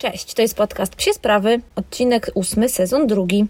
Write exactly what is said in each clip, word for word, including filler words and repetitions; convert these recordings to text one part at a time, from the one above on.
Cześć, to jest podcast Psie Sprawy, odcinek ósmy, sezon drugi.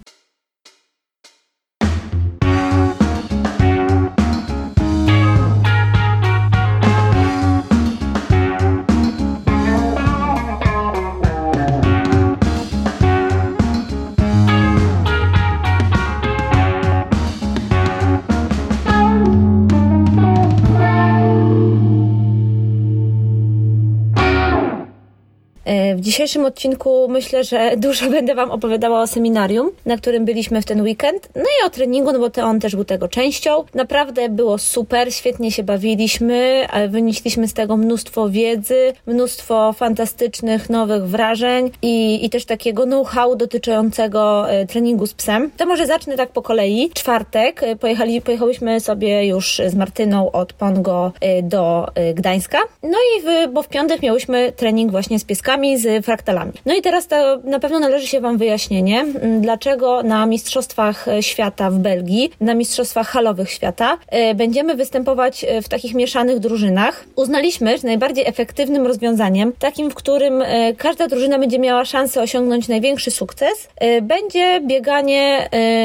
W dzisiejszym odcinku myślę, że dużo będę Wam opowiadała o seminarium, na którym byliśmy w ten weekend, no i o treningu, no bo to on też był tego częścią. Naprawdę było super, świetnie się bawiliśmy, wynieśliśmy z tego mnóstwo wiedzy, mnóstwo fantastycznych, nowych wrażeń i, i też takiego know-how dotyczącego treningu z psem. To może zacznę tak po kolei. Czwartek pojechali, pojechałyśmy sobie już z Martyną od Pongo do Gdańska, no i w, bo w piątek miałyśmy trening właśnie z pieskami, z fraktalami. No i teraz to na pewno należy się Wam wyjaśnienie, dlaczego na Mistrzostwach Świata w Belgii, na Mistrzostwach Halowych Świata będziemy występować w takich mieszanych drużynach. Uznaliśmy, że najbardziej efektywnym rozwiązaniem, takim, w którym każda drużyna będzie miała szansę osiągnąć największy sukces, będzie bieganie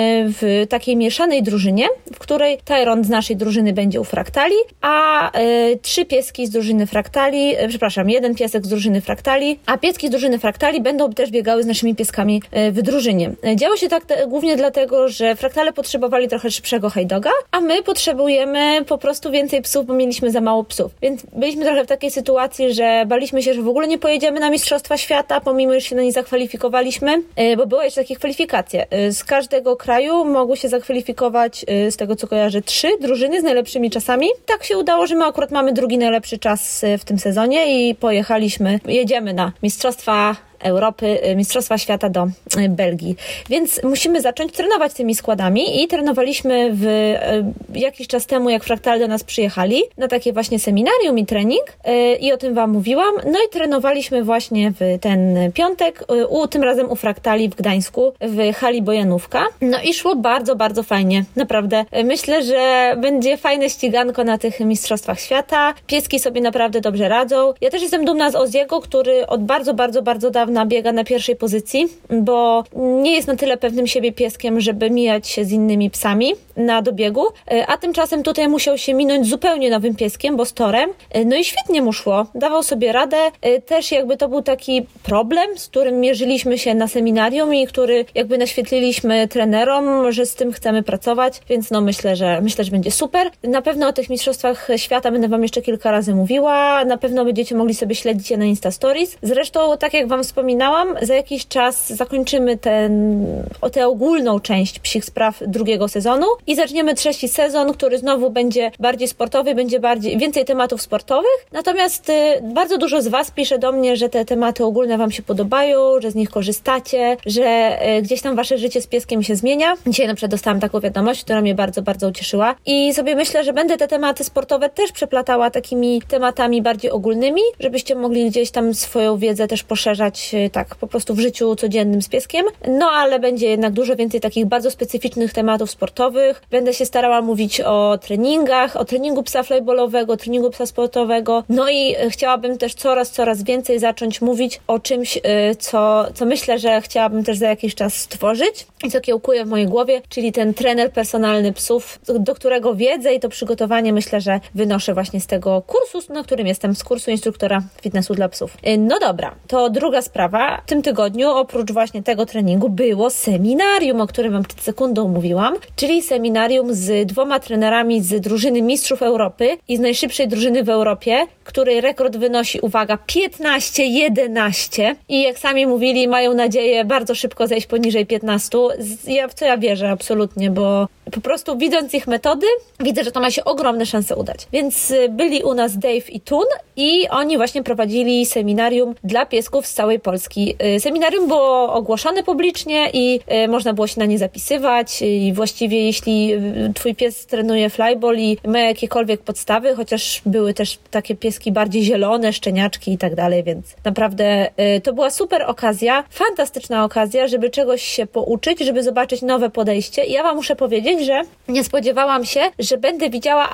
w takiej mieszanej drużynie, w której Tyron z naszej drużyny będzie u fraktali, a trzy pieski z drużyny fraktali, przepraszam, jeden piesek z drużyny fraktali, a pieski z drużyny fraktali będą też biegały z naszymi pieskami w drużynie. Działo się tak te, głównie dlatego, że fraktale potrzebowali trochę szybszego hejdoga, a my potrzebujemy po prostu więcej psów, bo mieliśmy za mało psów. Więc byliśmy trochę w takiej sytuacji, że baliśmy się, że w ogóle nie pojedziemy na Mistrzostwa Świata, pomimo, że się na nie zakwalifikowaliśmy, bo były jeszcze takie kwalifikacje. Z każdego kraju mogły się zakwalifikować, z tego co kojarzę, trzy drużyny z najlepszymi czasami. Tak się udało, że my akurat mamy drugi najlepszy czas w tym sezonie i pojechaliśmy, jedziemy na Mistrzostwa Europy, Mistrzostwa Świata do Belgii. Więc musimy zacząć trenować tymi składami i trenowaliśmy w jakiś czas temu, jak fraktale do nas przyjechali, na takie właśnie seminarium i trening i o tym Wam mówiłam. No i trenowaliśmy właśnie w ten piątek, u, tym razem u fraktali w Gdańsku, w hali Bojanówka. No i szło bardzo, bardzo fajnie. Naprawdę. Myślę, że będzie fajne ściganko na tych Mistrzostwach Świata. Pieski sobie naprawdę dobrze radzą. Ja też jestem dumna z Oziego, który od bardzo, bardzo, bardzo dawna biega na pierwszej pozycji, bo nie jest na tyle pewnym siebie pieskiem, żeby mijać się z innymi psami na dobiegu, a tymczasem tutaj musiał się minąć zupełnie nowym pieskiem, bo z Torem. No i świetnie mu szło. Dawał sobie radę. Też jakby to był taki problem, z którym mierzyliśmy się na seminarium i który jakby naświetliliśmy trenerom, że z tym chcemy pracować, więc no myślę, że myślę, że będzie super. Na pewno o tych Mistrzostwach Świata będę Wam jeszcze kilka razy mówiła. Na pewno będziecie mogli sobie śledzić je na Insta Stories. Zresztą, tak jak Wam wspominałam, za jakiś czas zakończymy ten, o tę ogólną część Psich Spraw drugiego sezonu i zaczniemy trzeci sezon, który znowu będzie bardziej sportowy, będzie bardziej, więcej tematów sportowych. Natomiast y, bardzo dużo z Was pisze do mnie, że te tematy ogólne Wam się podobają, że z nich korzystacie, że y, gdzieś tam Wasze życie z pieskiem się zmienia. Dzisiaj na przykład dostałam taką wiadomość, która mnie bardzo, bardzo ucieszyła i sobie myślę, że będę te tematy sportowe też przeplatała takimi tematami bardziej ogólnymi, żebyście mogli gdzieś tam swoją wiedzę też poszerzać tak po prostu w życiu codziennym z pieskiem. No ale będzie jednak dużo więcej takich bardzo specyficznych tematów sportowych. Będę się starała mówić o treningach, o treningu psa flyballowego, o treningu psa sportowego. No i chciałabym też coraz, coraz więcej zacząć mówić o czymś, co, co myślę, że chciałabym też za jakiś czas stworzyć i co kiełkuje w mojej głowie, czyli ten trener personalny psów, do którego wiedzę i to przygotowanie myślę, że wynoszę właśnie z tego kursu, na którym jestem, z kursu instruktora fitnessu dla psów. No dobra, to druga sprawa. W tym tygodniu oprócz właśnie tego treningu było seminarium, o którym Wam przed sekundą mówiłam, czyli seminarium z dwoma trenerami z drużyny Mistrzów Europy i z najszybszej drużyny w Europie, której rekord wynosi, uwaga, piętnaście jedenaście i jak sami mówili, mają nadzieję bardzo szybko zejść poniżej piętnaście. Ja, w co ja wierzę absolutnie, bo po prostu widząc ich metody, widzę, że to ma się ogromne szanse udać. Więc byli u nas Dave i Tun i oni właśnie prowadzili seminarium dla piesków z całej Polski. Seminarium było ogłoszone publicznie i można było się na nie zapisywać i właściwie jeśli Twój pies trenuje flyball i ma jakiekolwiek podstawy, chociaż były też takie pieski bardziej zielone, szczeniaczki i tak dalej, więc naprawdę to była super okazja, fantastyczna okazja, żeby czegoś się pouczyć, żeby zobaczyć nowe podejście i ja Wam muszę powiedzieć, że nie spodziewałam się, że będę widziała aż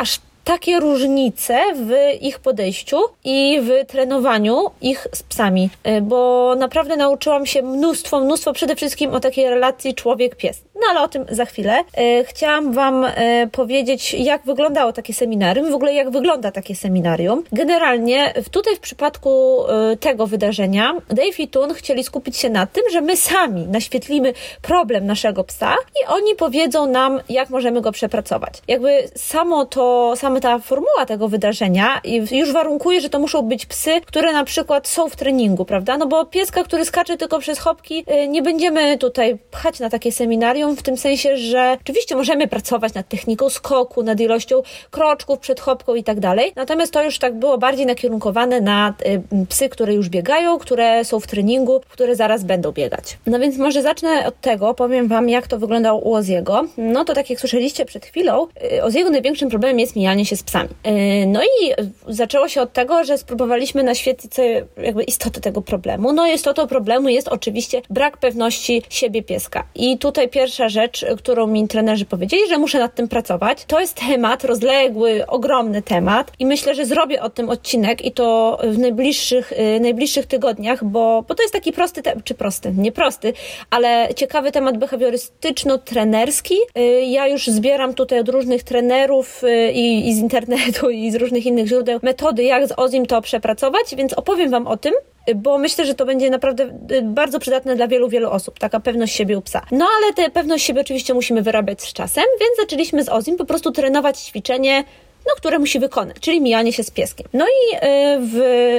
takie różnice w ich podejściu i w trenowaniu ich z psami, bo naprawdę nauczyłam się mnóstwo, mnóstwo przede wszystkim o takiej relacji człowiek-pies. No ale o tym za chwilę. Chciałam Wam powiedzieć, jak wyglądało takie seminarium, w ogóle jak wygląda takie seminarium. Generalnie tutaj w przypadku tego wydarzenia Dave i Toon chcieli skupić się na tym, że my sami naświetlimy problem naszego psa i oni powiedzą nam, jak możemy go przepracować. Jakby samo to, sama ta formuła tego wydarzenia już warunkuje, że to muszą być psy, które na przykład są w treningu, prawda? No bo pieska, który skacze tylko przez chopki, nie będziemy tutaj pchać na takie seminarium, w tym sensie, że oczywiście możemy pracować nad techniką skoku, nad ilością kroczków przed chopką i tak dalej, natomiast to już tak było bardziej nakierunkowane na psy, które już biegają, które są w treningu, które zaraz będą biegać. No więc może zacznę od tego, powiem Wam, jak to wyglądało u Oziego. No to tak jak słyszeliście przed chwilą, Oziego największym problemem jest mijanie się z psami. No i zaczęło się od tego, że spróbowaliśmy naświetlić sobie jakby istotę tego problemu. No istotą problemu jest oczywiście brak pewności siebie pieska. I tutaj pierwsza rzecz, którą mi trenerzy powiedzieli, że muszę nad tym pracować. To jest temat rozległy, ogromny temat i myślę, że zrobię o tym odcinek i to w najbliższych, najbliższych tygodniach, bo, bo to jest taki prosty, te- czy prosty, nie prosty, ale ciekawy temat behawiorystyczno-trenerski. Ja już zbieram tutaj od różnych trenerów i, i z internetu i z różnych innych źródeł metody, jak z Ozim to przepracować, więc opowiem Wam o tym, bo myślę, że to będzie naprawdę bardzo przydatne dla wielu, wielu osób, taka pewność siebie u psa. No ale tę pewność siebie oczywiście musimy wyrabiać z czasem, więc zaczęliśmy z Ozim po prostu trenować ćwiczenie, no, które musi wykonać, czyli mijanie się z pieskiem. No i w,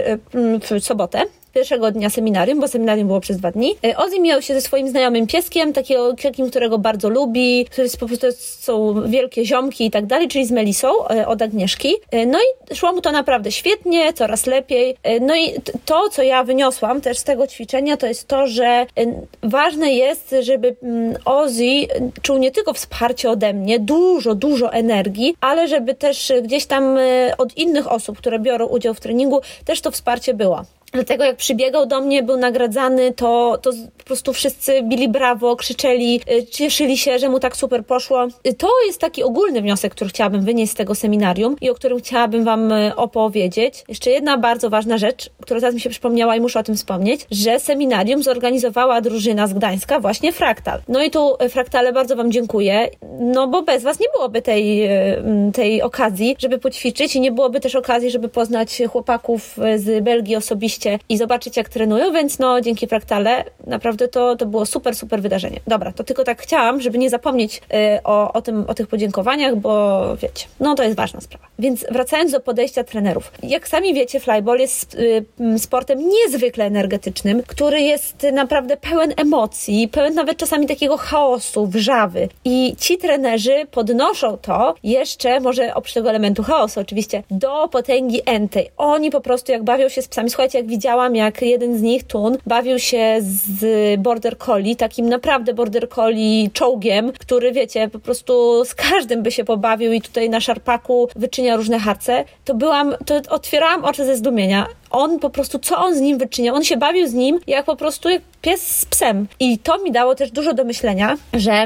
w sobotę, pierwszego dnia seminarium, bo seminarium było przez dwa dni, Ozzy mijał się ze swoim znajomym pieskiem, takiego, takim, którego bardzo lubi, który jest po prostu są wielkie ziomki i tak dalej, czyli z Melisą od Agnieszki. No i szło mu to naprawdę świetnie, coraz lepiej. No i to, co ja wyniosłam też z tego ćwiczenia, to jest to, że ważne jest, żeby Ozzy czuł nie tylko wsparcie ode mnie, dużo, dużo energii, ale żeby też gdzieś tam od innych osób, które biorą udział w treningu, też to wsparcie było. Dlatego jak przybiegał do mnie, był nagradzany, to, to po prostu wszyscy bili brawo, krzyczeli, cieszyli się, że mu tak super poszło. To jest taki ogólny wniosek, który chciałabym wynieść z tego seminarium i o którym chciałabym Wam opowiedzieć. Jeszcze jedna bardzo ważna rzecz, która teraz mi się przypomniała i muszę o tym wspomnieć, że seminarium zorganizowała drużyna z Gdańska, właśnie Fraktal. No i tu Fraktale bardzo Wam dziękuję, no bo bez Was nie byłoby tej, tej okazji, żeby poćwiczyć i nie byłoby też okazji, żeby poznać chłopaków z Belgii osobiście i zobaczyć, jak trenują, więc no dzięki Fraktale naprawdę to, to było super, super wydarzenie. Dobra, to tylko tak chciałam, żeby nie zapomnieć y, o, o, tym, o tych podziękowaniach, bo wiecie, no to jest ważna sprawa. Więc wracając do podejścia trenerów. Jak sami wiecie, flyball jest y, sportem niezwykle energetycznym, który jest naprawdę pełen emocji, pełen nawet czasami takiego chaosu, wrzawy. I ci trenerzy podnoszą to jeszcze, może oprócz tego elementu chaosu oczywiście, do potęgi entej. Oni po prostu jak bawią się z psami, słuchajcie, jak widziałam, jak jeden z nich, Toon, bawił się z border collie, takim naprawdę border collie czołgiem, który, wiecie, po prostu z każdym by się pobawił i tutaj na szarpaku wyczynia różne harce, to byłam, to otwierałam oczy ze zdumienia. On po prostu, co on z nim wyczyniał? On się bawił z nim jak po prostu jak pies z psem. I to mi dało też dużo do myślenia, że mm,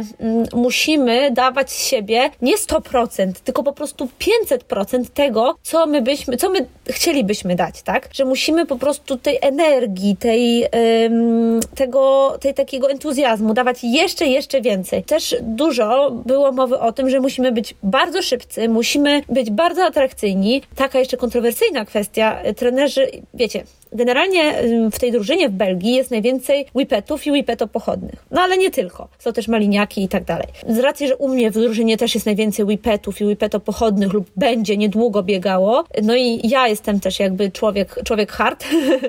musimy dawać z siebie nie sto procent, tylko po prostu pięćset procent tego, co my byśmy, co my chcielibyśmy dać, tak? Że musimy po prostu tej energii, tej, ym, tego, tej takiego entuzjazmu dawać jeszcze, jeszcze więcej. Też dużo było mowy o tym, że musimy być bardzo szybcy, musimy być bardzo atrakcyjni. Taka jeszcze kontrowersyjna kwestia. Trenerzy, wiecie, generalnie w tej drużynie w Belgii jest najwięcej whippetów i whippetopochodnych. No ale nie tylko. Są też maliniaki i tak dalej. Z racji, że u mnie w drużynie też jest najwięcej whippetów i whippetopochodnych lub będzie niedługo biegało, no i ja jestem też jakby człowiek, człowiek hard,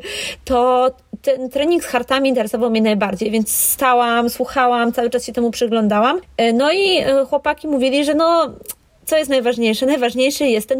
to ten trening z hartami interesował mnie najbardziej, więc stałam, słuchałam, cały czas się temu przyglądałam. No i chłopaki mówili, że no, co jest najważniejsze? Najważniejszy jest ten łup.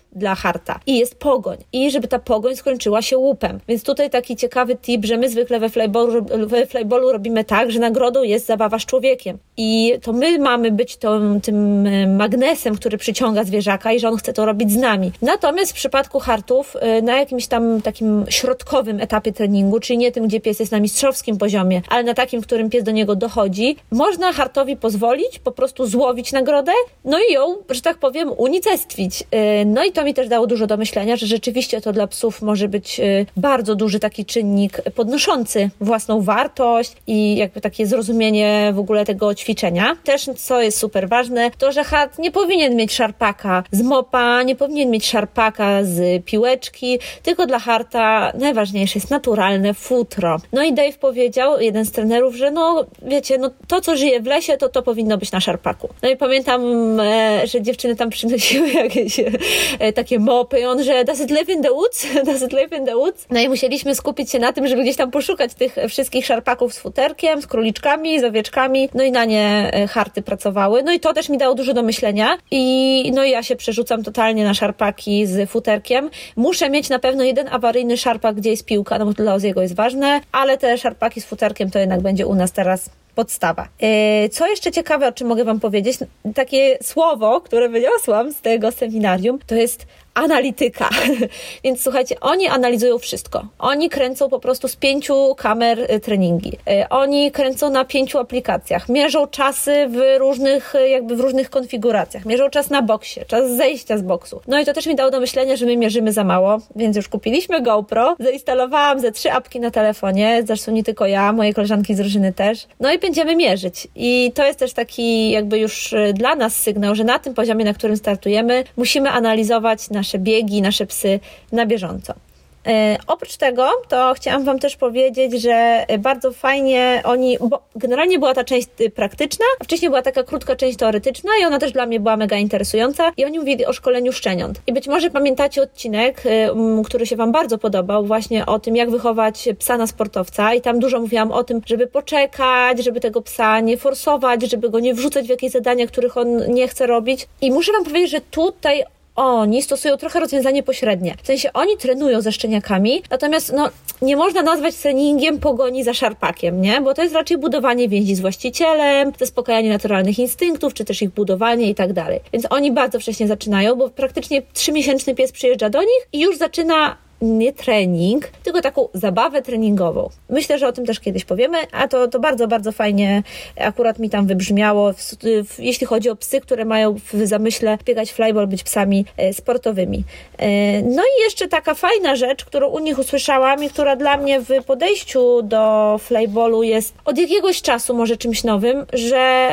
dla harta i jest pogoń. I żeby ta pogoń skończyła się łupem. Więc tutaj taki ciekawy tip, że my zwykle we flyballu, we flyballu robimy tak, że nagrodą jest zabawa z człowiekiem. I to my mamy być tą, tym magnesem, który przyciąga zwierzaka i że on chce to robić z nami. Natomiast w przypadku hartów na jakimś tam takim środkowym etapie treningu, czyli nie tym, gdzie pies jest na mistrzowskim poziomie, ale na takim, w którym pies do niego dochodzi, można hartowi pozwolić po prostu złowić nagrodę, no i ją, że tak powiem, unicestwić. No i to mi też dało dużo do myślenia, że rzeczywiście to dla psów może być bardzo duży taki czynnik podnoszący własną wartość i jakby takie zrozumienie w ogóle tego ćwiczenia. Też, co jest super ważne, to, że hart nie powinien mieć szarpaka z mopa, nie powinien mieć szarpaka z piłeczki, tylko dla harta najważniejsze jest naturalne futro. No i Dave powiedział, jeden z trenerów, że no wiecie, no to, co żyje w lesie, to to powinno być na szarpaku. No i pamiętam, e, że dziewczyny tam przynosiły jakieś e, takie mopy i on, że does it live in the woods? Does it live in the woods? No i musieliśmy skupić się na tym, żeby gdzieś tam poszukać tych wszystkich szarpaków z futerkiem, z króliczkami, z owieczkami, no i na nie harty pracowały. No i to też mi dało dużo do myślenia i no i ja się przerzucam totalnie na szarpaki z futerkiem. Muszę mieć na pewno jeden awaryjny szarpak, gdzie jest piłka, no bo dla Oziego jest ważne, ale te szarpaki z futerkiem to jednak będzie u nas teraz podstawa. Co jeszcze ciekawe, o czym mogę wam powiedzieć, takie słowo, które wyniosłam z tego seminarium, to jest analityka. Więc słuchajcie, oni analizują wszystko. Oni kręcą po prostu z pięciu kamer treningi. Oni kręcą na pięciu aplikacjach. Mierzą czasy w różnych, jakby w różnych konfiguracjach. Mierzą czas na boksie, czas zejścia z boksu. No i to też mi dało do myślenia, że my mierzymy za mało, więc już kupiliśmy GoPro, zainstalowałam ze trzy apki na telefonie, zresztą nie tylko ja, moje koleżanki z drużyny też. No i będziemy mierzyć. I to jest też taki jakby już dla nas sygnał, że na tym poziomie, na którym startujemy, musimy analizować nasze biegi, nasze psy na bieżąco. E, oprócz tego, to chciałam wam też powiedzieć, że bardzo fajnie oni, bo generalnie była ta część praktyczna, a wcześniej była taka krótka część teoretyczna i ona też dla mnie była mega interesująca i oni mówili o szkoleniu szczeniąt. I być może pamiętacie odcinek, y, który się wam bardzo podobał, właśnie o tym, jak wychować psa na sportowca i tam dużo mówiłam o tym, żeby poczekać, żeby tego psa nie forsować, żeby go nie wrzucać w jakieś zadania, których on nie chce robić. I muszę wam powiedzieć, że tutaj oni stosują trochę rozwiązanie pośrednie. W sensie oni trenują ze szczeniakami, natomiast no, nie można nazwać treningiem pogoni za szarpakiem, nie? Bo to jest raczej budowanie więzi z właścicielem, zaspokajanie naturalnych instynktów, czy też ich budowanie i tak dalej. Więc oni bardzo wcześnie zaczynają, bo praktycznie trzymiesięczny pies przyjeżdża do nich i już zaczyna nie trening, tylko taką zabawę treningową. Myślę, że o tym też kiedyś powiemy, a to, to bardzo, bardzo fajnie akurat mi tam wybrzmiało, w, w, jeśli chodzi o psy, które mają w zamyśle biegać flyball, być psami e, sportowymi. E, no i jeszcze taka fajna rzecz, którą u nich usłyszałam i która dla mnie w podejściu do flyballu jest od jakiegoś czasu może czymś nowym, że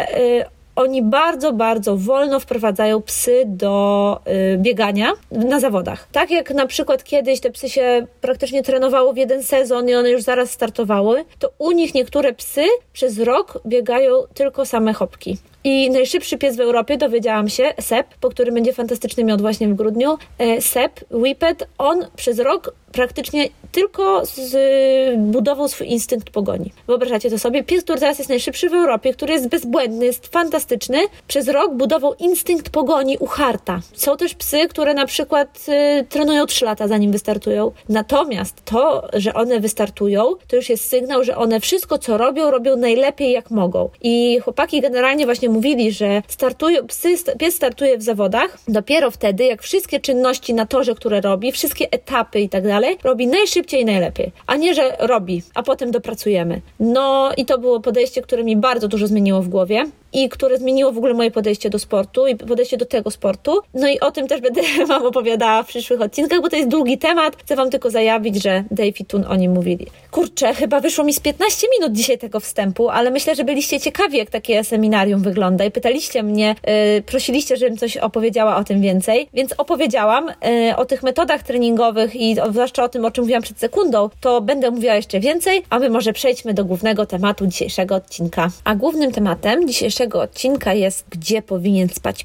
e, oni bardzo, bardzo wolno wprowadzają psy do y, biegania na zawodach. Tak jak na przykład kiedyś te psy się praktycznie trenowało w jeden sezon i one już zaraz startowały, to u nich niektóre psy przez rok biegają tylko same hopki. I najszybszy pies w Europie, dowiedziałam się, Sep, po którym będzie fantastyczny miód właśnie w grudniu, Sep, Whippet, on przez rok praktycznie tylko zbudował swój instynkt pogoni. Wyobrażacie to sobie? Pies, który teraz jest najszybszy w Europie, który jest bezbłędny, jest fantastyczny, przez rok budował instynkt pogoni u harta. Są też psy, które na przykład y, trenują trzy lata, zanim wystartują. Natomiast to, że one wystartują, to już jest sygnał, że one wszystko, co robią, robią najlepiej, jak mogą. I chłopaki generalnie właśnie mówili, że startują, psy, pies startuje w zawodach dopiero wtedy, jak wszystkie czynności na torze, które robi, wszystkie etapy i tak dalej, robi najszybciej i najlepiej. A nie, że robi, a potem dopracujemy. No i to było podejście, które mi bardzo dużo zmieniło w głowie i które zmieniło w ogóle moje podejście do sportu i podejście do tego sportu. No i o tym też będę wam opowiadała w przyszłych odcinkach, bo to jest długi temat. Chcę wam tylko zajawić, że Dave i Tun o nim mówili. Kurczę, chyba wyszło mi z piętnaście minut dzisiaj tego wstępu, ale myślę, że byliście ciekawi, jak takie seminarium wygląda i pytaliście mnie, yy, prosiliście, żebym coś opowiedziała o tym więcej, więc opowiedziałam yy, o tych metodach treningowych i o, zwłaszcza o tym, o czym mówiłam przed sekundą, to będę mówiła jeszcze więcej, a my może przejdźmy do głównego tematu dzisiejszego odcinka. A głównym tematem dzisiejszego odcinka jest, gdzie powinien spać pies.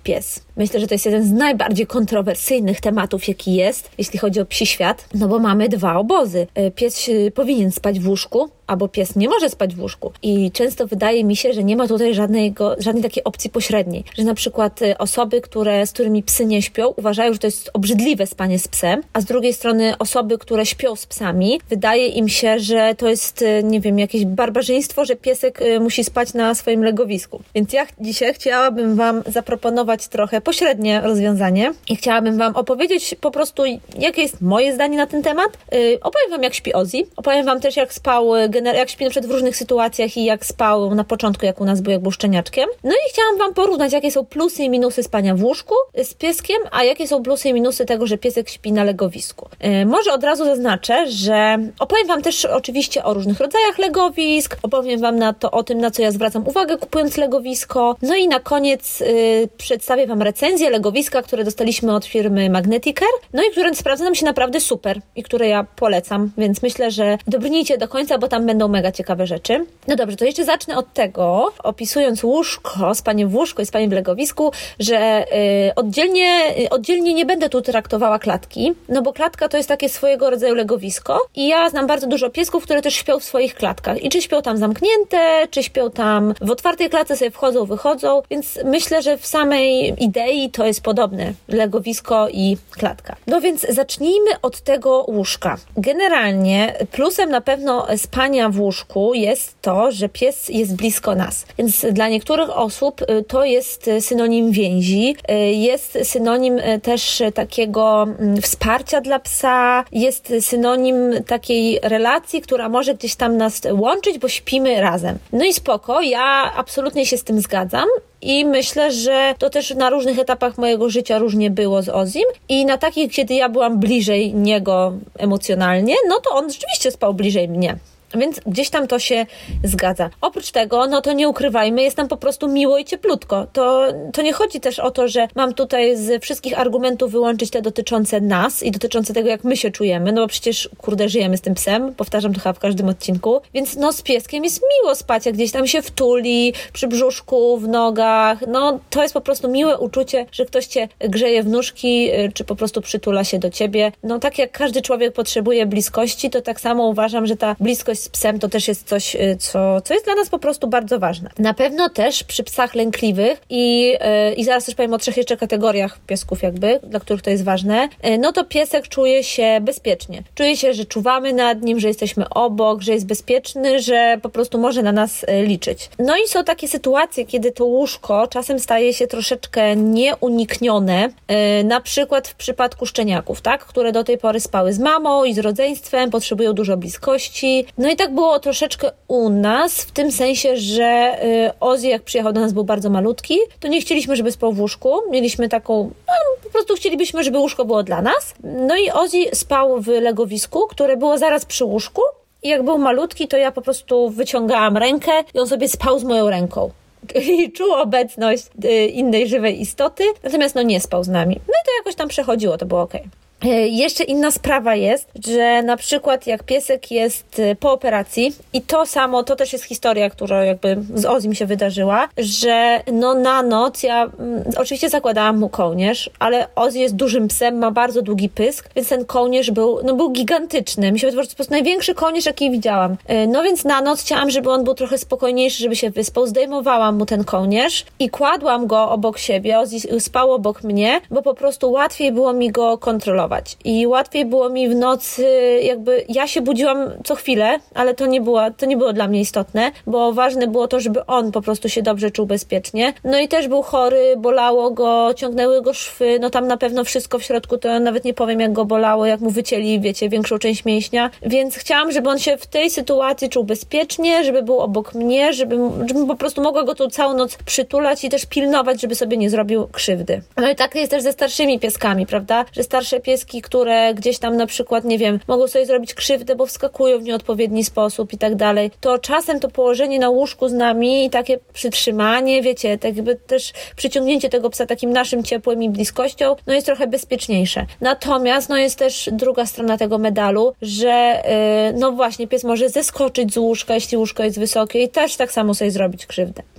Myślę, że to jest jeden z najbardziej kontrowersyjnych tematów, jaki jest, jeśli chodzi o psi świat, no bo mamy dwa obozy. Pies powinien spać w łóżku, albo pies nie może spać w łóżku. I często wydaje mi się, że nie ma tutaj żadnego, żadnej takiej opcji pośredniej. Że na przykład osoby, które, z którymi psy nie śpią, uważają, że to jest obrzydliwe spanie z psem, a z drugiej strony osoby, które śpią z psami, wydaje im się, że to jest, nie wiem, jakieś barbarzyństwo, że piesek musi spać na swoim legowisku. Więc ja dzisiaj chciałabym Wam zaproponować trochę pośrednie rozwiązanie i chciałabym Wam opowiedzieć po prostu, jakie jest moje zdanie na ten temat. Yy, opowiem Wam, jak śpi Ozzy. Opowiem Wam też, jak spał, jak śpi na przykład w różnych sytuacjach i jak spał na początku, jak u nas był, jak był szczeniaczkiem. No i chciałam Wam porównać, jakie są plusy i minusy spania w łóżku z pieskiem, a jakie są plusy i minusy tego, że piesek śpi na legowisku. Yy, może od razu zaznaczę, że opowiem Wam też oczywiście o różnych rodzajach legowisk, opowiem Wam na to, o tym, na co ja zwracam uwagę, kupując legowisko. No i na koniec yy, przedstawię Wam recenzję legowiska, które dostaliśmy od firmy Magneticare, no i które sprawdza nam się naprawdę super i które ja polecam, więc myślę, że dobrnijcie do końca, bo tam będą mega ciekawe rzeczy. No dobrze, to jeszcze zacznę od tego, opisując łóżko, spanie w łóżku i spanie w legowisku, że yy, oddzielnie, yy, oddzielnie nie będę tu traktowała klatki, no bo klatka to jest takie swojego rodzaju legowisko i ja znam bardzo dużo piesków, które też śpią w swoich klatkach i czy śpią tam zamknięte, czy śpią tam w otwartej klatce, sobie wchodzą, wychodzą, więc myślę, że w samej idei to jest podobne, legowisko i klatka. No więc zacznijmy od tego łóżka. Generalnie plusem na pewno spania w łóżku jest to, że pies jest blisko nas, więc dla niektórych osób to jest synonim więzi, jest synonim też takiego wsparcia dla psa, jest synonim takiej relacji, która może gdzieś tam nas łączyć, bo śpimy razem. No i spoko, ja absolutnie się z tym zgadzam. I myślę, że to też na różnych etapach mojego życia różnie było z Ozzym i na takich, kiedy ja byłam bliżej niego emocjonalnie, no to on rzeczywiście spał bliżej mnie. Więc gdzieś tam to się zgadza. Oprócz tego, no to nie ukrywajmy, jest nam po prostu miło i cieplutko. To, to nie chodzi też o to, że mam tutaj z wszystkich argumentów wyłączyć te dotyczące nas i dotyczące tego, jak my się czujemy, no bo przecież, kurde, żyjemy z tym psem, powtarzam to chyba w każdym odcinku, więc no z pieskiem jest miło spać, jak gdzieś tam się wtuli, przy brzuszku, w nogach, no to jest po prostu miłe uczucie, że ktoś cię grzeje w nóżki, czy po prostu przytula się do ciebie. No tak jak każdy człowiek potrzebuje bliskości, to tak samo uważam, że ta bliskość z psem to też jest coś, co, co jest dla nas po prostu bardzo ważne. Na pewno też przy psach lękliwych i, yy, i zaraz też powiem o trzech jeszcze kategoriach piesków jakby, dla których to jest ważne, yy, no to piesek czuje się bezpiecznie. Czuje się, że czuwamy nad nim, że jesteśmy obok, że jest bezpieczny, że po prostu może na nas yy, liczyć. No i są takie sytuacje, kiedy to łóżko czasem staje się troszeczkę nieuniknione, yy, na przykład w przypadku szczeniaków, tak, które do tej pory spały z mamą i z rodzeństwem, potrzebują dużo bliskości. No i tak było troszeczkę u nas, w tym sensie, że y, Ozzy jak przyjechał do nas był bardzo malutki, to nie chcieliśmy, żeby spał w łóżku. Mieliśmy taką, no, po prostu chcielibyśmy, żeby łóżko było dla nas. No i Ozzy spał w legowisku, które było zaraz przy łóżku i jak był malutki, to ja po prostu wyciągałam rękę i on sobie spał z moją ręką. I czuł obecność y, innej żywej istoty, natomiast no nie spał z nami. No i to jakoś tam przechodziło, to było okej. Jeszcze inna sprawa jest, że na przykład jak piesek jest po operacji i to samo, to też jest historia, która jakby z Ozzym się wydarzyła, że no na noc ja mm, oczywiście zakładałam mu kołnierz, ale Ozzy jest dużym psem, ma bardzo długi pysk, więc ten kołnierz był, no był gigantyczny. Mi się wydawało, że to po prostu największy kołnierz, jaki widziałam. No więc na noc chciałam, żeby on był trochę spokojniejszy, żeby się wyspał. Zdejmowałam mu ten kołnierz i kładłam go obok siebie. Ozzy spał obok mnie, bo po prostu łatwiej było mi go kontrolować. I łatwiej było mi w nocy, jakby ja się budziłam co chwilę, ale to nie było, to nie było dla mnie istotne, bo ważne było to, żeby on po prostu się dobrze czuł bezpiecznie. No i też był chory, bolało go, ciągnęły go szwy, no tam na pewno wszystko w środku, to ja nawet nie powiem, jak go bolało, jak mu wycięli, wiecie, większą część mięśnia, więc chciałam, żeby on się w tej sytuacji czuł bezpiecznie, żeby był obok mnie, żeby, żebym po prostu mogła go tu całą noc przytulać i też pilnować, żeby sobie nie zrobił krzywdy. No i tak jest też ze starszymi pieskami, prawda, że starsze pieski, które gdzieś tam na przykład, nie wiem, mogą sobie zrobić krzywdę, bo wskakują w nieodpowiedni sposób i tak dalej, to czasem to położenie na łóżku z nami i takie przytrzymanie, wiecie, tak jakby też przyciągnięcie tego psa takim naszym ciepłem i bliskością, no jest trochę bezpieczniejsze. Natomiast, no jest też druga strona tego medalu, że yy, no właśnie, pies może zeskoczyć z łóżka, jeśli łóżko jest wysokie i też tak samo sobie zrobić krzywdę.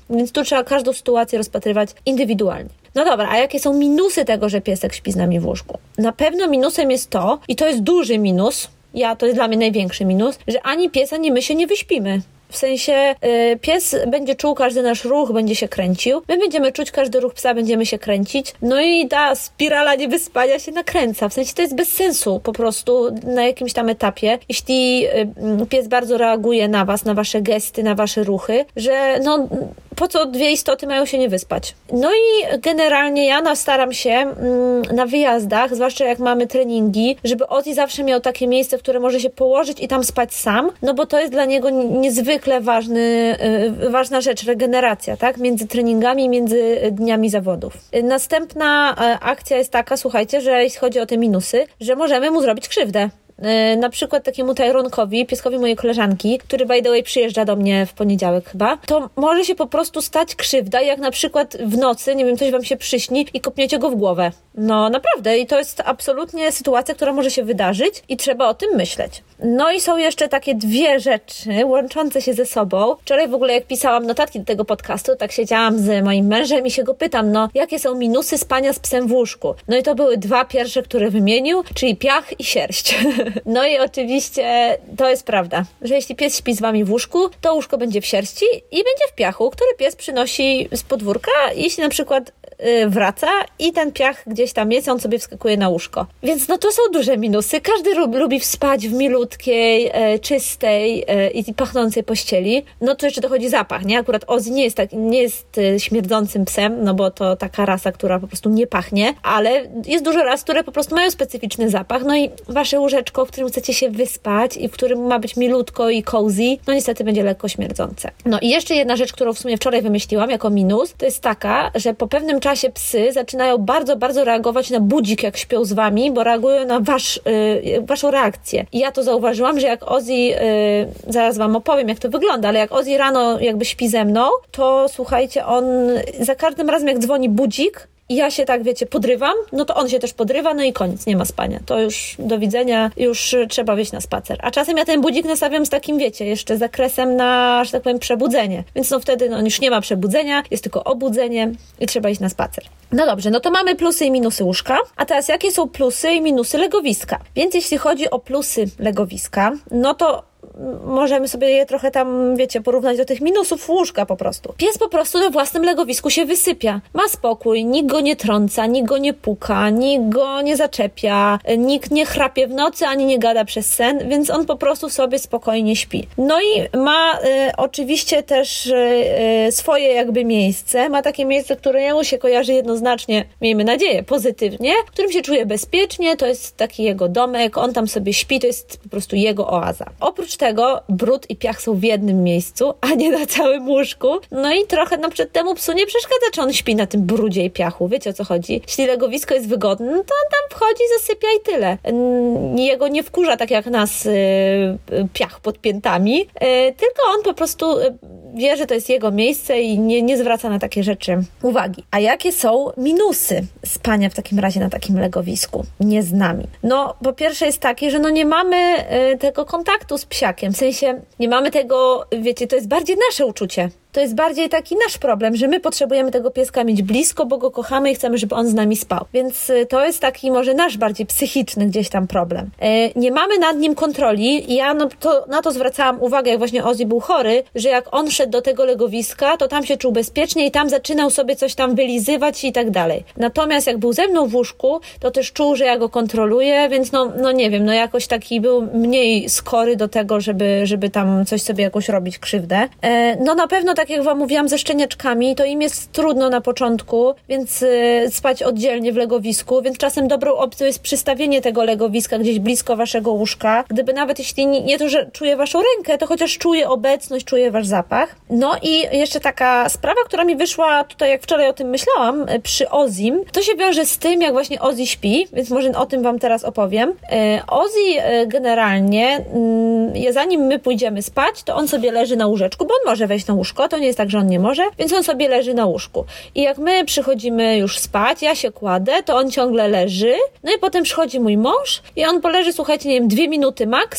Więc tu trzeba każdą sytuację rozpatrywać indywidualnie. No dobra, a jakie są minusy tego, że piesek śpi z nami w łóżku? Na pewno minusem jest to, i to jest duży minus, ja, to jest dla mnie największy minus, że ani pies, ani my się nie wyśpimy. W sensie y, pies będzie czuł każdy nasz ruch, będzie się kręcił. My będziemy czuć każdy ruch psa, będziemy się kręcić. No i ta spirala niewyspania się nakręca. W sensie to jest bez sensu po prostu na jakimś tam etapie. Jeśli y, pies bardzo reaguje na was, na wasze gesty, na wasze ruchy, że no po co dwie istoty mają się nie wyspać. No i generalnie ja na, staram się mm, na wyjazdach, zwłaszcza jak mamy treningi, żeby Ozzy zawsze miał takie miejsce, w które może się położyć i tam spać sam, no bo to jest dla niego niezwykle ważny, yy, ważna rzecz, regeneracja, tak? Między treningami, między dniami zawodów. Następna yy, akcja jest taka, słuchajcie, że jeśli chodzi o te minusy, że możemy mu zrobić krzywdę. Na przykład takiemu Tyronkowi, pieskowi mojej koleżanki, który by the way przyjeżdża do mnie w poniedziałek chyba, to może się po prostu stać krzywda, jak na przykład w nocy, nie wiem, coś wam się przyśni i kopniecie go w głowę. No naprawdę i to jest absolutnie sytuacja, która może się wydarzyć i trzeba o tym myśleć. No i są jeszcze takie dwie rzeczy łączące się ze sobą. Wczoraj w ogóle jak pisałam notatki do tego podcastu, tak siedziałam z moim mężem i się go pytam, no jakie są minusy spania z psem w łóżku? No i to były dwa pierwsze, które wymienił, czyli piach i sierść. No i oczywiście to jest prawda, że jeśli pies śpi z wami w łóżku, to łóżko będzie w sierści i będzie w piachu, który pies przynosi z podwórka, jeśli na przykład yy, wraca i ten piach gdzieś tam jest, on sobie wskakuje na łóżko. Więc no to są duże minusy. Każdy lub, lubi spać w milutkiej, yy, czystej yy, i pachnącej pościeli. No to jeszcze dochodzi zapach, nie? Akurat Ozzy nie jest, tak, nie jest yy, śmierdzącym psem, no bo to taka rasa, która po prostu nie pachnie, ale jest dużo ras, które po prostu mają specyficzny zapach. No i wasze łóżeczko, w którym chcecie się wyspać i w którym ma być milutko i cozy, no niestety będzie lekko śmierdzące. No i jeszcze jedna rzecz, którą w sumie wczoraj wymyśliłam jako minus, to jest taka, że po pewnym czasie psy zaczynają bardzo, bardzo reagować na budzik, jak śpią z wami, bo reagują na wasz, yy, waszą reakcję. I ja to zauważyłam, że jak Ozzy, yy, zaraz wam opowiem, jak to wygląda, ale jak Ozzy rano jakby śpi ze mną, to słuchajcie, on za każdym razem, jak dzwoni budzik, i ja się tak, wiecie, podrywam, no to on się też podrywa, no i koniec, nie ma spania. To już do widzenia, już trzeba wyjść na spacer. A czasem ja ten budzik nastawiam z takim, wiecie, jeszcze zakresem na, że tak powiem, przebudzenie. Więc no wtedy no, już nie ma przebudzenia, jest tylko obudzenie i trzeba iść na spacer. No dobrze, no to mamy plusy i minusy łóżka. A teraz jakie są plusy i minusy legowiska? Więc jeśli chodzi o plusy legowiska, no to możemy sobie je trochę tam, wiecie, porównać do tych minusów łóżka po prostu. Pies po prostu na własnym legowisku się wysypia. Ma spokój, nikt go nie trąca, nikt go nie puka, nikt go nie zaczepia, nikt nie chrapie w nocy, ani nie gada przez sen, więc on po prostu sobie spokojnie śpi. No i ma y, oczywiście też y, swoje jakby miejsce, ma takie miejsce, które jemu się kojarzy jednoznacznie, miejmy nadzieję, pozytywnie, w którym się czuje bezpiecznie, to jest taki jego domek, on tam sobie śpi, to jest po prostu jego oaza. Oprócz tego brud i piach są w jednym miejscu, a nie na całym łóżku. No i trochę no, przed temu psu nie przeszkadza, czy on śpi na tym brudzie i piachu. Wiecie, o co chodzi? Jeśli legowisko jest wygodne, no to on tam wchodzi, zasypia i tyle. Jego nie wkurza tak jak nas yy, piach pod piętami, yy, tylko on po prostu yy, wie, że to jest jego miejsce i nie, nie zwraca na takie rzeczy uwagi. A jakie są minusy spania w takim razie na takim legowisku? Nie z nami. No, po pierwsze jest takie, że no nie mamy yy, tego kontaktu z psiakiem. W sensie nie mamy tego, wiecie, to jest bardziej nasze uczucie. To jest bardziej taki nasz problem, że my potrzebujemy tego pieska mieć blisko, bo go kochamy i chcemy, żeby on z nami spał. Więc to jest taki może nasz bardziej psychiczny gdzieś tam problem. E, nie mamy nad nim kontroli i ja no to, na to zwracałam uwagę, jak właśnie Ozzy był chory, że jak on szedł do tego legowiska, to tam się czuł bezpiecznie i tam zaczynał sobie coś tam wylizywać i tak dalej. Natomiast jak był ze mną w łóżku, to też czuł, że ja go kontroluję, więc no, no nie wiem, no jakoś taki był mniej skory do tego, żeby, żeby tam coś sobie jakoś robić krzywdę. E, no na pewno tak jak wam mówiłam, ze szczeniaczkami, to im jest trudno na początku, więc y, spać oddzielnie w legowisku, więc czasem dobrą opcją jest przystawienie tego legowiska gdzieś blisko waszego łóżka. Gdyby nawet jeśli nie, nie to, że czuje waszą rękę, to chociaż czuje obecność, czuje wasz zapach. No i jeszcze taka sprawa, która mi wyszła tutaj, jak wczoraj o tym myślałam, przy Ozzym, to się wiąże z tym, jak właśnie Ozzy śpi, więc może o tym wam teraz opowiem. Y, Ozzy y, generalnie, y, zanim my pójdziemy spać, to on sobie leży na łóżeczku, bo on może wejść na łóżko, to nie jest tak, że on nie może, więc on sobie leży na łóżku. I jak my przychodzimy już spać, ja się kładę, to on ciągle leży, no i potem przychodzi mój mąż i on poleży, słuchajcie, nie wiem, dwie minuty max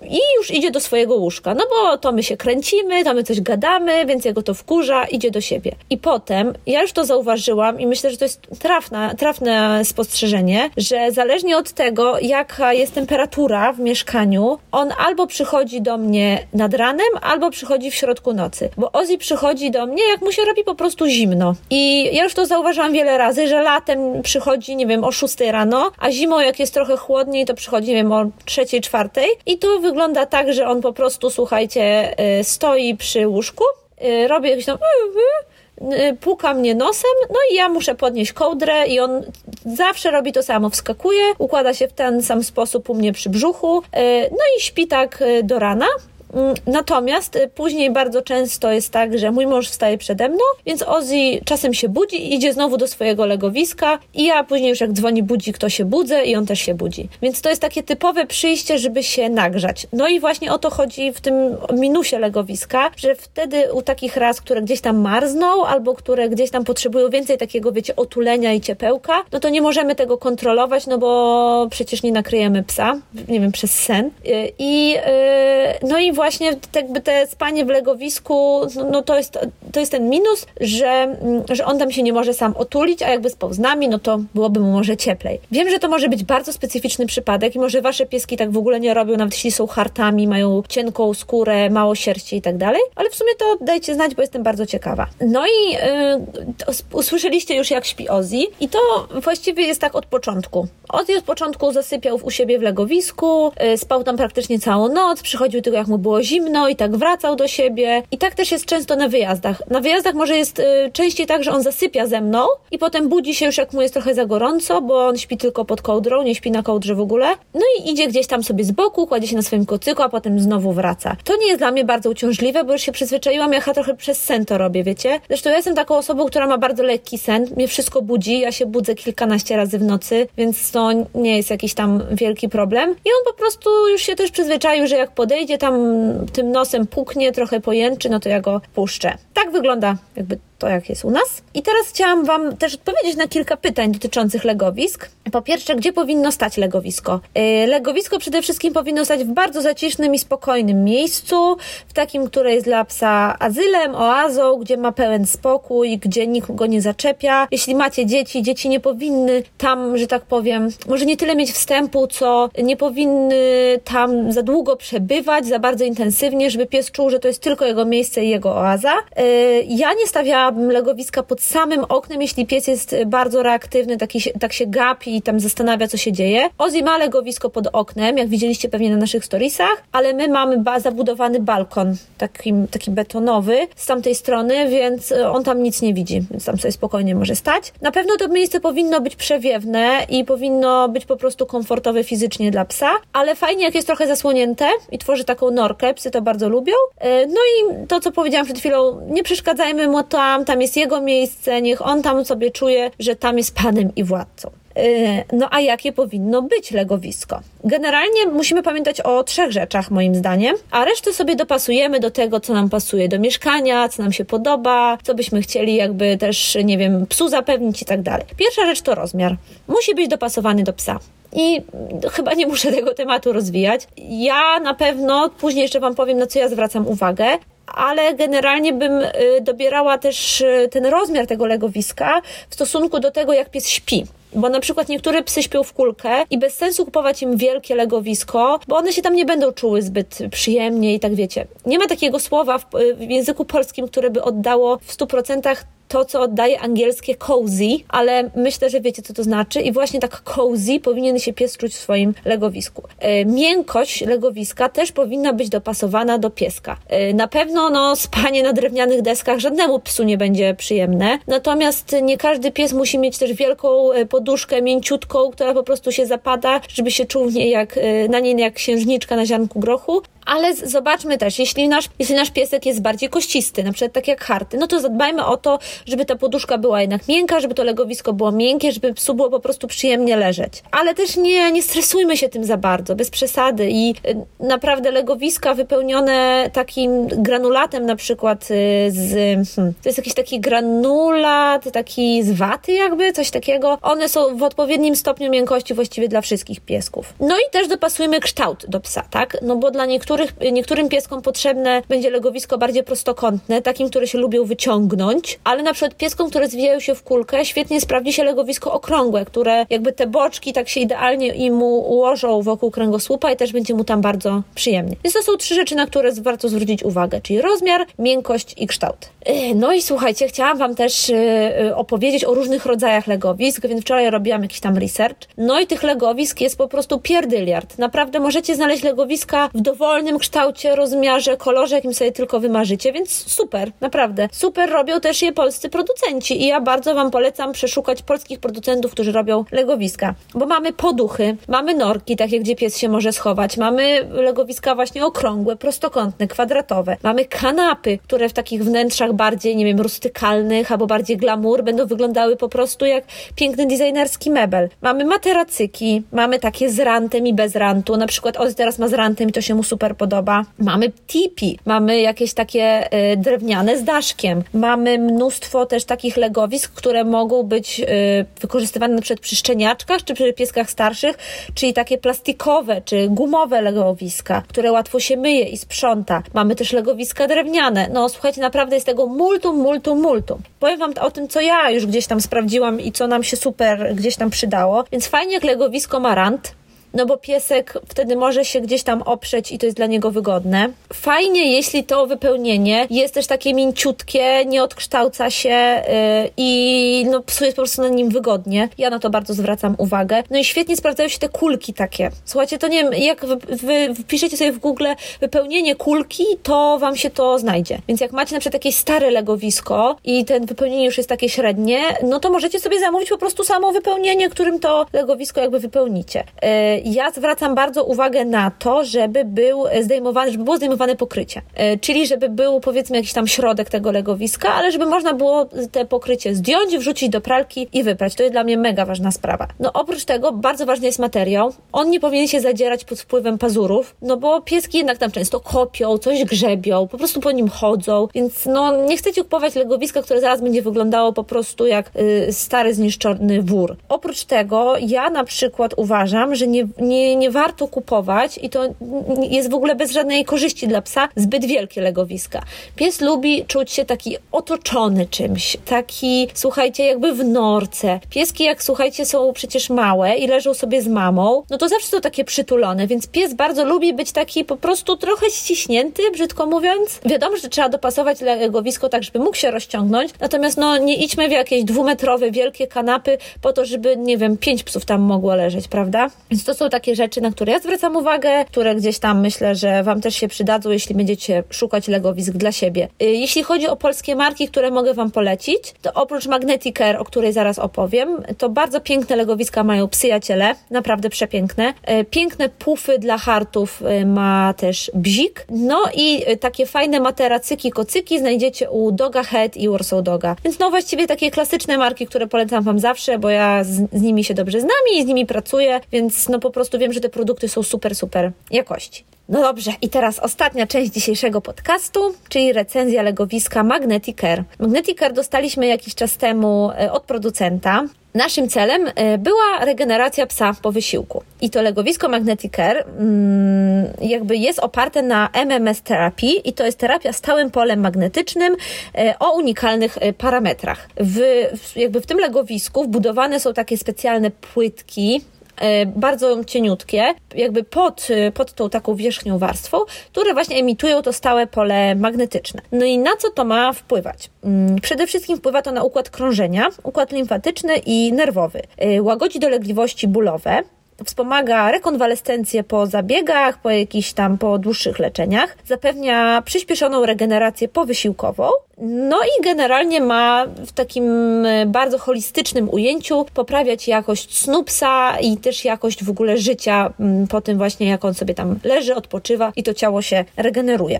i już idzie do swojego łóżka, no bo to my się kręcimy, to my coś gadamy, więc jego to wkurza, idzie do siebie. I potem, ja już to zauważyłam i myślę, że to jest trafna, trafne spostrzeżenie, że zależnie od tego, jaka jest temperatura w mieszkaniu, on albo przychodzi do mnie nad ranem, albo przychodzi w środku nocy. Bo Ozzy przychodzi do mnie, jak mu się robi po prostu zimno. I ja już to zauważyłam wiele razy, że latem przychodzi, nie wiem, o szóstej rano, a zimą, jak jest trochę chłodniej, to przychodzi, nie wiem, o trzeciej, czwartej. I to wygląda tak, że on po prostu, słuchajcie, stoi przy łóżku, robi jakieś tam puka mnie nosem, no i ja muszę podnieść kołdrę i on zawsze robi to samo, wskakuje, układa się w ten sam sposób u mnie przy brzuchu, no i śpi tak do rana. Natomiast później bardzo często jest tak, że mój mąż wstaje przede mną, więc Ozzy czasem się budzi i idzie znowu do swojego legowiska i ja później już jak dzwoni budzik, to się budzę i on też się budzi. Więc to jest takie typowe przyjście, żeby się nagrzać. No i właśnie o to chodzi w tym minusie legowiska, że wtedy u takich ras, które gdzieś tam marzną albo które gdzieś tam potrzebują więcej takiego, wiecie, otulenia i ciepełka, no to nie możemy tego kontrolować, no bo przecież nie nakryjemy psa, nie wiem, przez sen. I no i właśnie jakby te spanie w legowisku, no, no to jest to jest ten minus, że, że on tam się nie może sam otulić, a jakby spał z nami, no to byłoby mu może cieplej. Wiem, że to może być bardzo specyficzny przypadek i może wasze pieski tak w ogóle nie robią, nawet jeśli są hartami, mają cienką skórę, mało sierści i tak dalej, ale w sumie to dajcie znać, bo jestem bardzo ciekawa. No i yy, usłyszeliście już, jak śpi Ozzy i to właściwie jest tak od początku. Ozzy od początku zasypiał u siebie w legowisku, yy, spał tam praktycznie całą noc, przychodził tylko jak mu było zimno i tak wracał do siebie. I tak też jest często na wyjazdach. Na wyjazdach może jest y, częściej tak, że on zasypia ze mną i potem budzi się już, jak mu jest trochę za gorąco, bo on śpi tylko pod kołdrą, nie śpi na kołdrze w ogóle. No i idzie gdzieś tam sobie z boku, kładzie się na swoim kocyku, a potem znowu wraca. To nie jest dla mnie bardzo uciążliwe, bo już się przyzwyczaiłam, ja trochę przez sen to robię, wiecie? Zresztą ja jestem taką osobą, która ma bardzo lekki sen. Mnie wszystko budzi, ja się budzę kilkanaście razy w nocy, więc to nie jest jakiś tam wielki problem. I on po prostu już się też przyzwyczaił, że jak podejdzie tam tym nosem puknie, trochę pojęczy, no to ja go puszczę. Tak wygląda jakby to, jak jest u nas. I teraz chciałam wam też odpowiedzieć na kilka pytań dotyczących legowisk. Po pierwsze, gdzie powinno stać legowisko? Yy, legowisko przede wszystkim powinno stać w bardzo zacisznym i spokojnym miejscu, w takim, które jest dla psa azylem, oazą, gdzie ma pełen spokój, gdzie nikt go nie zaczepia. Jeśli macie dzieci, dzieci nie powinny tam, że tak powiem, może nie tyle mieć wstępu, co nie powinny tam za długo przebywać, za bardzo intensywnie, żeby pies czuł, że to jest tylko jego miejsce i jego oaza. Yy, ja nie stawiałam legowiska pod samym oknem, jeśli pies jest bardzo reaktywny, taki się, tak się gapi i tam zastanawia, co się dzieje. Ozzy ma legowisko pod oknem, jak widzieliście pewnie na naszych storiesach, ale my mamy ba- zabudowany balkon, taki, taki betonowy z tamtej strony, więc on tam nic nie widzi, więc tam sobie spokojnie może stać. Na pewno to miejsce powinno być przewiewne i powinno być po prostu komfortowe fizycznie dla psa, ale fajnie, jak jest trochę zasłonięte i tworzy taką norkę, psy to bardzo lubią. No i to, co powiedziałam przed chwilą, nie przeszkadzajmy mu tam, tam jest jego miejsce, niech on tam sobie czuje, że tam jest panem i władcą. No a jakie powinno być legowisko? Generalnie musimy pamiętać o trzech rzeczach, moim zdaniem, a resztę sobie dopasujemy do tego, co nam pasuje do mieszkania, co nam się podoba, co byśmy chcieli jakby też, nie wiem, psu zapewnić i tak dalej. Pierwsza rzecz to rozmiar. Musi być dopasowany do psa. I chyba nie muszę tego tematu rozwijać. Ja na pewno, później jeszcze wam powiem, na co ja zwracam uwagę, ale generalnie bym dobierała też ten rozmiar tego legowiska w stosunku do tego, jak pies śpi. Bo na przykład niektóre psy śpią w kulkę i bez sensu kupować im wielkie legowisko, bo one się tam nie będą czuły zbyt przyjemnie i tak wiecie. Nie ma takiego słowa w, w języku polskim, które by oddało w stu procentach to, co oddaje angielskie cozy, ale myślę, że wiecie, co to znaczy i właśnie tak cozy powinien się pies czuć w swoim legowisku. E, miękkość legowiska też powinna być dopasowana do pieska. E, na pewno no, spanie na drewnianych deskach żadnemu psu nie będzie przyjemne, natomiast nie każdy pies musi mieć też wielką poduszkę mięciutką, która po prostu się zapada, żeby się czuł w niej jak, na niej jak księżniczka na ziarnku grochu, Ale z- zobaczmy też, jeśli nasz, jeśli nasz piesek jest bardziej kościsty, na przykład tak jak Harty, no to zadbajmy o to, żeby ta poduszka była jednak miękka, żeby to legowisko było miękkie, żeby psu było po prostu przyjemnie leżeć. Ale też nie, nie stresujmy się tym za bardzo, bez przesady i y, naprawdę legowiska wypełnione takim granulatem na przykład y, z, hmm, to jest jakiś taki granulat, taki z waty jakby, coś takiego. One są w odpowiednim stopniu miękkości właściwie dla wszystkich piesków. No i też dopasujmy kształt do psa, tak? No bo dla niektórych, niektórym pieskom potrzebne będzie legowisko bardziej prostokątne, takim, które się lubią wyciągnąć, ale na przykład pieskom, które zwijają się w kulkę, świetnie sprawdzi się legowisko okrągłe, które jakby te boczki tak się idealnie i mu ułożą wokół kręgosłupa i też będzie mu tam bardzo przyjemnie. Więc to są trzy rzeczy, na które warto zwrócić uwagę, czyli rozmiar, miękkość i kształt. No i słuchajcie, chciałam Wam też opowiedzieć o różnych rodzajach legowisk, więc wczoraj robiłam jakiś tam research. No i tych legowisk jest po prostu pierdyliard. Naprawdę możecie znaleźć legowiska w dowolnym kształcie, rozmiarze, kolorze, jakim sobie tylko wymarzycie, więc super, naprawdę. Super robią też je polscy producenci i ja bardzo Wam polecam przeszukać polskich producentów, którzy robią legowiska, bo mamy poduchy, mamy norki, takie gdzie pies się może schować, mamy legowiska właśnie okrągłe, prostokątne, kwadratowe, mamy kanapy, które w takich wnętrzach bardziej, nie wiem, rustykalnych albo bardziej glamour będą wyglądały po prostu jak piękny designerski mebel. Mamy materacyki, mamy takie z rantem i bez rantu, na przykład Ozzy teraz ma z rantem i to się mu super podoba. Mamy tipi, mamy jakieś takie y, drewniane z daszkiem, mamy mnóstwo też takich legowisk, które mogą być y, wykorzystywane na przykład przy szczeniaczkach czy przy pieskach starszych, czyli takie plastikowe czy gumowe legowiska, które łatwo się myje i sprząta. Mamy też legowiska drewniane. No słuchajcie, naprawdę jest tego multum, multum, multum. Powiem Wam o tym, co ja już gdzieś tam sprawdziłam i co nam się super gdzieś tam przydało. Więc fajnie jak legowisko ma rant, no bo piesek wtedy może się gdzieś tam oprzeć i to jest dla niego wygodne. Fajnie, jeśli to wypełnienie jest też takie mięciutkie, nie odkształca się yy, i no psu jest po prostu na nim wygodnie. Ja na to bardzo zwracam uwagę. No i świetnie sprawdzają się te kulki takie. Słuchajcie, to nie wiem, jak wy, wy wpiszecie sobie w Google wypełnienie kulki, to Wam się to znajdzie. Więc jak macie na przykład jakieś stare legowisko i ten wypełnienie już jest takie średnie, no to możecie sobie zamówić po prostu samo wypełnienie, którym to legowisko jakby wypełnicie. Yy, Ja zwracam bardzo uwagę na to, żeby był zdejmowany, żeby było zdejmowane pokrycie. Yy, czyli żeby był powiedzmy jakiś tam środek tego legowiska, ale żeby można było te pokrycie zdjąć, wrzucić do pralki i wyprać. To jest dla mnie mega ważna sprawa. No oprócz tego bardzo ważny jest materiał. On nie powinien się zadzierać pod wpływem pazurów, no bo pieski jednak tam często kopią, coś grzebią, po prostu po nim chodzą, więc no nie chcecie kupować legowiska, które zaraz będzie wyglądało po prostu jak yy, stary, zniszczony wór. Oprócz tego ja na przykład uważam, że nie Nie, nie warto kupować i to jest w ogóle bez żadnej korzyści dla psa zbyt wielkie legowiska. Pies lubi czuć się taki otoczony czymś, taki, słuchajcie, jakby w norce. Pieski, jak słuchajcie, są przecież małe i leżą sobie z mamą, no to zawsze są takie przytulone, więc pies bardzo lubi być taki po prostu trochę ściśnięty, brzydko mówiąc. Wiadomo, że trzeba dopasować legowisko tak, żeby mógł się rozciągnąć, natomiast no nie idźmy w jakieś dwumetrowe, wielkie kanapy po to, żeby, nie wiem, pięć psów tam mogło leżeć, prawda? Więc to są takie rzeczy, na które ja zwracam uwagę, które gdzieś tam myślę, że Wam też się przydadzą, jeśli będziecie szukać legowisk dla siebie. Jeśli chodzi o polskie marki, które mogę Wam polecić, to oprócz Magnetic Care, o której zaraz opowiem, to bardzo piękne legowiska mają Psyjaciele, naprawdę przepiękne. Piękne pufy dla hartów ma też Bzik. No i takie fajne materacyki, kocyki znajdziecie u Doga Head i Warsaw Doga. Więc no właściwie takie klasyczne marki, które polecam Wam zawsze, bo ja z, z nimi się dobrze znam i z nimi pracuję, więc no po prostu wiem, że te produkty są super, super jakości. No dobrze, i teraz ostatnia część dzisiejszego podcastu, czyli recenzja legowiska Magnetic Care. Magnetic Care dostaliśmy jakiś czas temu od producenta. Naszym celem była regeneracja psa po wysiłku. I to legowisko Magnetic Care mm, jakby jest oparte na M M S terapii i to jest terapia stałym polem magnetycznym o unikalnych parametrach. W, jakby w tym legowisku wbudowane są takie specjalne płytki, bardzo cieniutkie, jakby pod, pod tą taką wierzchnią warstwą, które właśnie emitują to stałe pole magnetyczne. No i na co to ma wpływać? Przede wszystkim wpływa to na układ krążenia, układ limfatyczny i nerwowy. Łagodzi dolegliwości bólowe, wspomaga rekonwalescencję po zabiegach, po jakichś tam, po dłuższych leczeniach, zapewnia przyspieszoną regenerację powysiłkową, no i generalnie ma w takim bardzo holistycznym ujęciu poprawiać jakość snu psa i też jakość w ogóle życia po tym właśnie, jak on sobie tam leży, odpoczywa i to ciało się regeneruje.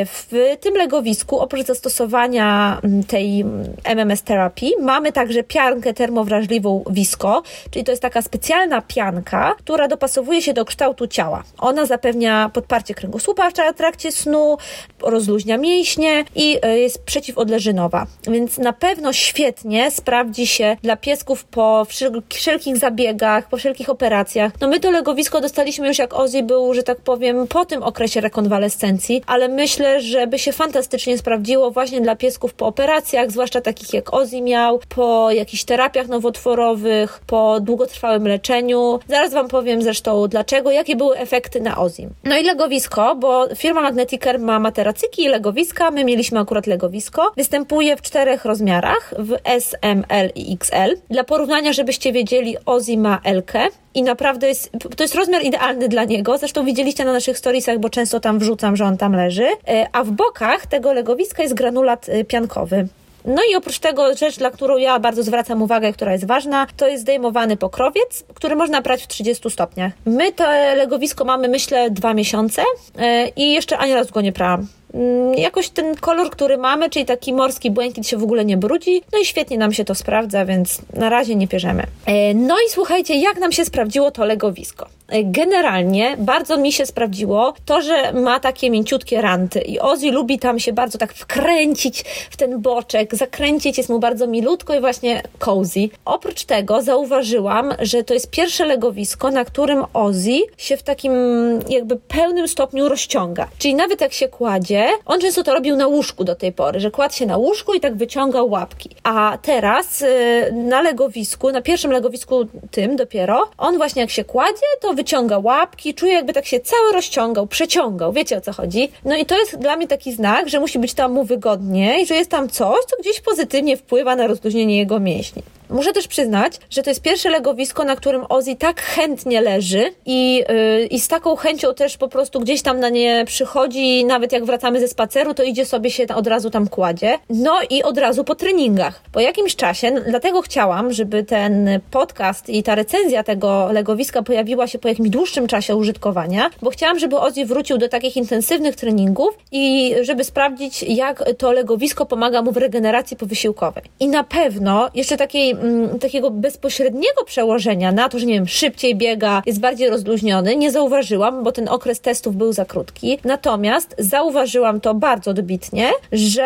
W tym legowisku oprócz zastosowania tej M M S terapii mamy także piankę termowrażliwą Visco, czyli to jest taka specjalna pianka, która dopasowuje się do kształtu ciała. Ona zapewnia podparcie kręgosłupa w trakcie snu, rozluźnia mięśnie i jest przeciwodleżynowa, więc na pewno świetnie sprawdzi się dla piesków po wszelkich zabiegach, po wszelkich operacjach. No my to legowisko dostaliśmy już jak Ozzy był, że tak powiem, po tym okresie rekonwalescencji, ale myślę, że by się fantastycznie sprawdziło właśnie dla piesków po operacjach, zwłaszcza takich jak Ozzy miał, po jakichś terapiach nowotworowych, po długotrwałym leczeniu. Zaraz Wam powiem zresztą dlaczego, jakie były efekty na Ozzy. No i legowisko, bo firma Magneticare ma materacyki i legowiska, my mieliśmy akurat legowisko. Występuje w czterech rozmiarach, w S, M, L i X L. Dla porównania, żebyście wiedzieli, Ozzy ma L-kę i naprawdę jest, to jest rozmiar idealny dla niego. Zresztą widzieliście na naszych storiesach, bo często tam wrzucam, że on tam leży. A w bokach tego legowiska jest granulat piankowy. No i oprócz tego rzecz, dla którą ja bardzo zwracam uwagę, która jest ważna, to jest zdejmowany pokrowiec, który można prać w trzydziestu stopniach. My to legowisko mamy, myślę, dwa miesiące i jeszcze ani razu go nie prałam. Jakoś ten kolor, który mamy, czyli taki morski błękit, się w ogóle nie brudzi. No i świetnie nam się to sprawdza, więc na razie nie pierzemy. No i słuchajcie, jak nam się sprawdziło to legowisko? Generalnie bardzo mi się sprawdziło to, że ma takie mięciutkie ranty i Ozzy lubi tam się bardzo tak wkręcić w ten boczek, zakręcić, jest mu bardzo milutko i właśnie cozy. Oprócz tego zauważyłam, że to jest pierwsze legowisko, na którym Ozzy się w takim jakby pełnym stopniu rozciąga. Czyli nawet jak się kładzie, on często to robił na łóżku do tej pory, że kładł się na łóżku i tak wyciągał łapki. A teraz yy, na legowisku, na pierwszym legowisku tym dopiero, on właśnie jak się kładzie, to wyciąga łapki, czuje jakby tak się cały rozciągał, przeciągał. Wiecie, o co chodzi? No i to jest dla mnie taki znak, że musi być tam mu wygodnie i że jest tam coś, co gdzieś pozytywnie wpływa na rozluźnienie jego mięśni. Muszę też przyznać, że to jest pierwsze legowisko, na którym Ozzy tak chętnie leży i, yy, i z taką chęcią też po prostu gdzieś tam na nie przychodzi, nawet jak wracamy ze spaceru, to idzie sobie się od razu tam kładzie. No i od razu po treningach. Po jakimś czasie, dlatego chciałam, żeby ten podcast i ta recenzja tego legowiska pojawiła się po jakimś dłuższym czasie użytkowania, bo chciałam, żeby Ozzy wrócił do takich intensywnych treningów i żeby sprawdzić, jak to legowisko pomaga mu w regeneracji powysiłkowej. I na pewno jeszcze takiej takiego bezpośredniego przełożenia na to, że nie wiem, szybciej biega, jest bardziej rozluźniony, nie zauważyłam, bo ten okres testów był za krótki. Natomiast zauważyłam to bardzo dobitnie, że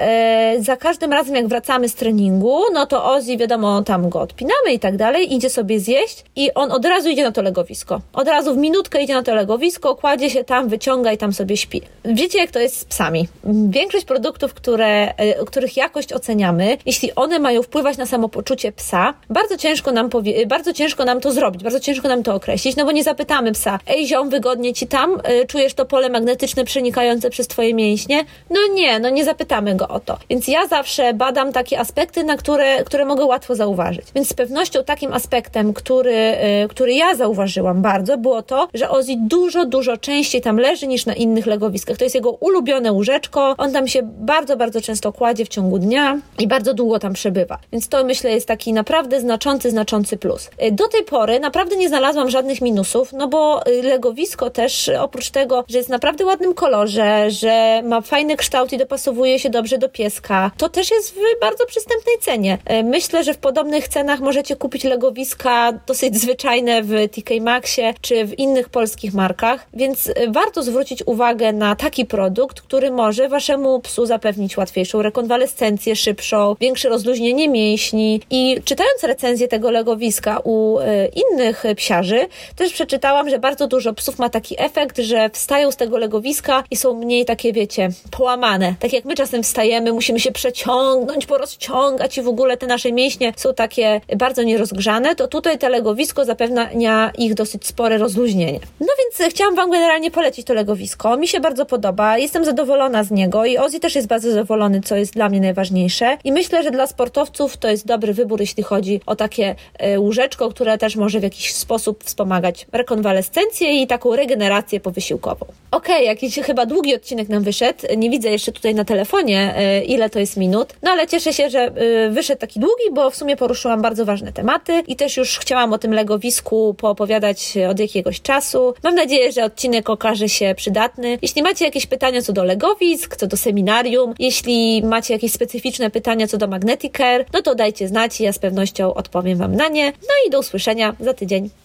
e, za każdym razem jak wracamy z treningu, no to Ozzy, wiadomo, tam go odpinamy i tak dalej, idzie sobie zjeść i on od razu idzie na to legowisko. Od razu w minutkę idzie na to legowisko, kładzie się tam, wyciąga i tam sobie śpi. Wiecie, jak to jest z psami? Większość produktów, które, e, których jakość oceniamy, jeśli one mają wpływać na samopoczucie psa, bardzo ciężko nam powie- bardzo ciężko nam to zrobić, bardzo ciężko nam to określić, no bo nie zapytamy psa, ej ziom, wygodnie ci tam, y, czujesz to pole magnetyczne przenikające przez twoje mięśnie? No nie, no nie zapytamy go o to. Więc ja zawsze badam takie aspekty, na które, które mogę łatwo zauważyć. Więc z pewnością takim aspektem, który, y, który ja zauważyłam bardzo, było to, że Ozzy dużo, dużo częściej tam leży niż na innych legowiskach. To jest jego ulubione łóżeczko, on tam się bardzo, bardzo często kładzie w ciągu dnia i bardzo długo tam przebywa. Więc to myślę jest taki naprawdę znaczący, znaczący plus. Do tej pory naprawdę nie znalazłam żadnych minusów, no bo legowisko też oprócz tego, że jest w naprawdę ładnym kolorze, że ma fajny kształt i dopasowuje się dobrze do pieska, to też jest w bardzo przystępnej cenie. Myślę, że w podobnych cenach możecie kupić legowiska dosyć zwyczajne w T K Maxie czy w innych polskich markach, więc warto zwrócić uwagę na taki produkt, który może waszemu psu zapewnić łatwiejszą rekonwalescencję, szybszą, większe rozluźnienie mięśni. I czytając recenzję tego legowiska u y, innych psiarzy, też przeczytałam, że bardzo dużo psów ma taki efekt, że wstają z tego legowiska i są mniej takie, wiecie, połamane. Tak jak my czasem wstajemy, musimy się przeciągnąć, porozciągać i w ogóle te nasze mięśnie są takie bardzo nierozgrzane, to tutaj to legowisko zapewnia ich dosyć spore rozluźnienie. No więc chciałam wam generalnie polecić to legowisko. Mi się bardzo podoba, jestem zadowolona z niego i Ozzy też jest bardzo zadowolony, co jest dla mnie najważniejsze. I myślę, że dla sportowców to jest dobry wybór wybór, jeśli chodzi o takie łóżeczko, które też może w jakiś sposób wspomagać rekonwalescencję i taką regenerację powysiłkową. Okej, okay, jakiś chyba długi odcinek nam wyszedł. Nie widzę jeszcze tutaj na telefonie, ile to jest minut, no ale cieszę się, że wyszedł taki długi, bo w sumie poruszyłam bardzo ważne tematy i też już chciałam o tym legowisku poopowiadać od jakiegoś czasu. Mam nadzieję, że odcinek okaże się przydatny. Jeśli macie jakieś pytania co do legowisk, co do seminarium, jeśli macie jakieś specyficzne pytania co do Magnetic Care, no to dajcie znać i ja z pewnością odpowiem Wam na nie. No i do usłyszenia za tydzień.